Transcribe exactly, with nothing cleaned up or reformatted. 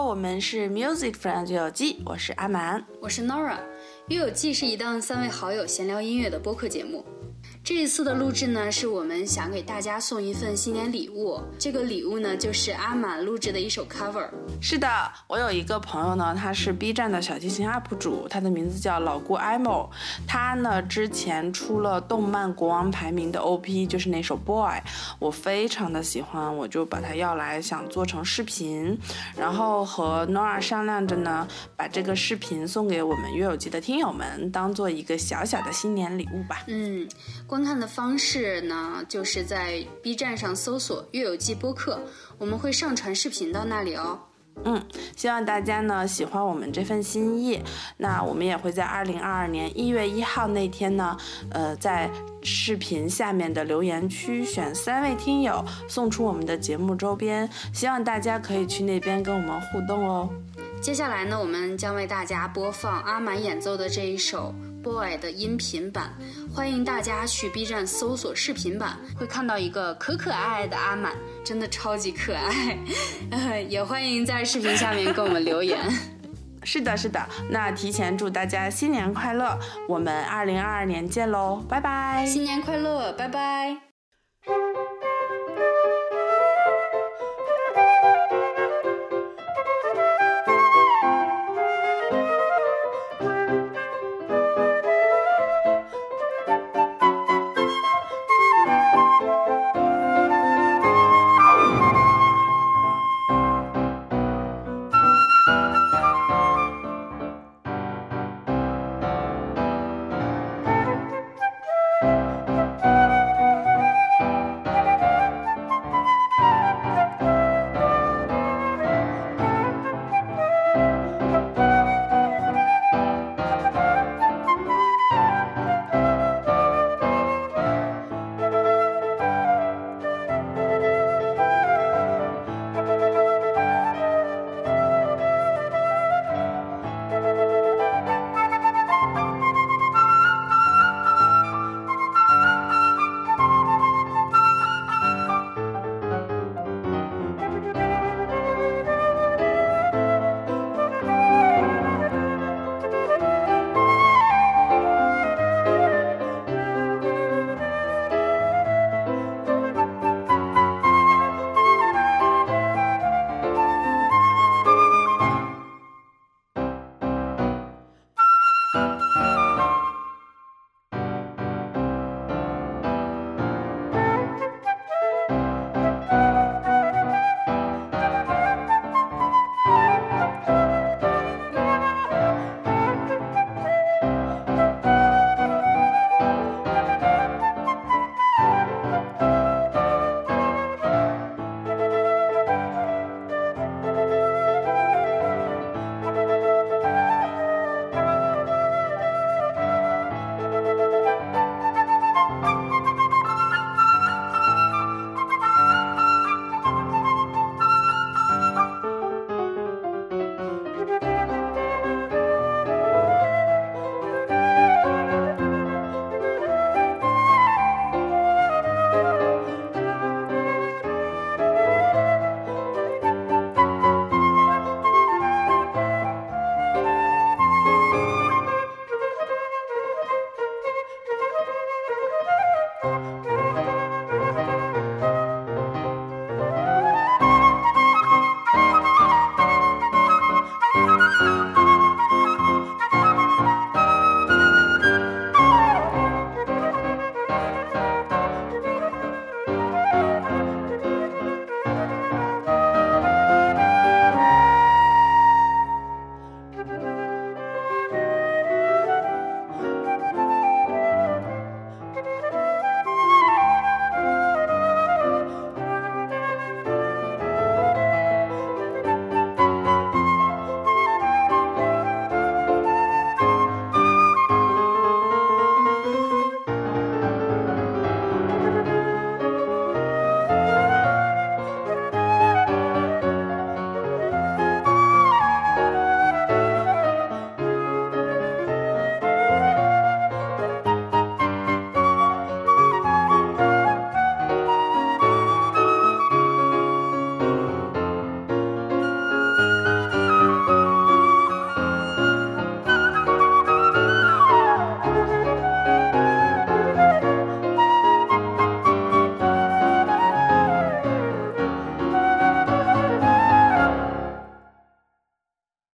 我们是 Music Friends 乐友记，我是阿蛮， 我是 Nora。乐友记是一档三位好友闲聊音乐的播客节目。这一次的录制呢，是我们想给大家送一份新年礼物。这个礼物呢，就是阿满录制的一首 cover。 是的，我有一个朋友呢，他是 B 站的小提琴 U P 主，他的名字叫老顾 imo。他呢之前出了动漫国王排名的 O P， 就是那首 Boy， 我非常的喜欢，我就把它要来想做成视频，然后和 Nora 商量着呢，把这个视频送给我们乐友记的听友们，当做一个小小的新年礼物吧。 嗯。观看的方式呢，就是在 B 站上搜索乐友记播客，我们会上传视频到那里哦。 嗯，希望大家呢喜欢我们这份心意。那我们也会在二零二二年一月一号那天呢，呃，在视频下面的留言区选三位听友送出我们的节目周边，希望大家可以去那边跟我们互动哦。 接下来呢，我们将为大家播放阿满演奏的这一首 Boy 的音频版，欢迎大家去 B 站搜索视频版，会看到一个可可爱爱的阿满，真的超级可爱。呃，也欢迎在视频下面跟我们留言。 是的，是的，那提前祝大家新年快乐，我们二零二二年见喽，拜拜！ 新年快乐，拜拜！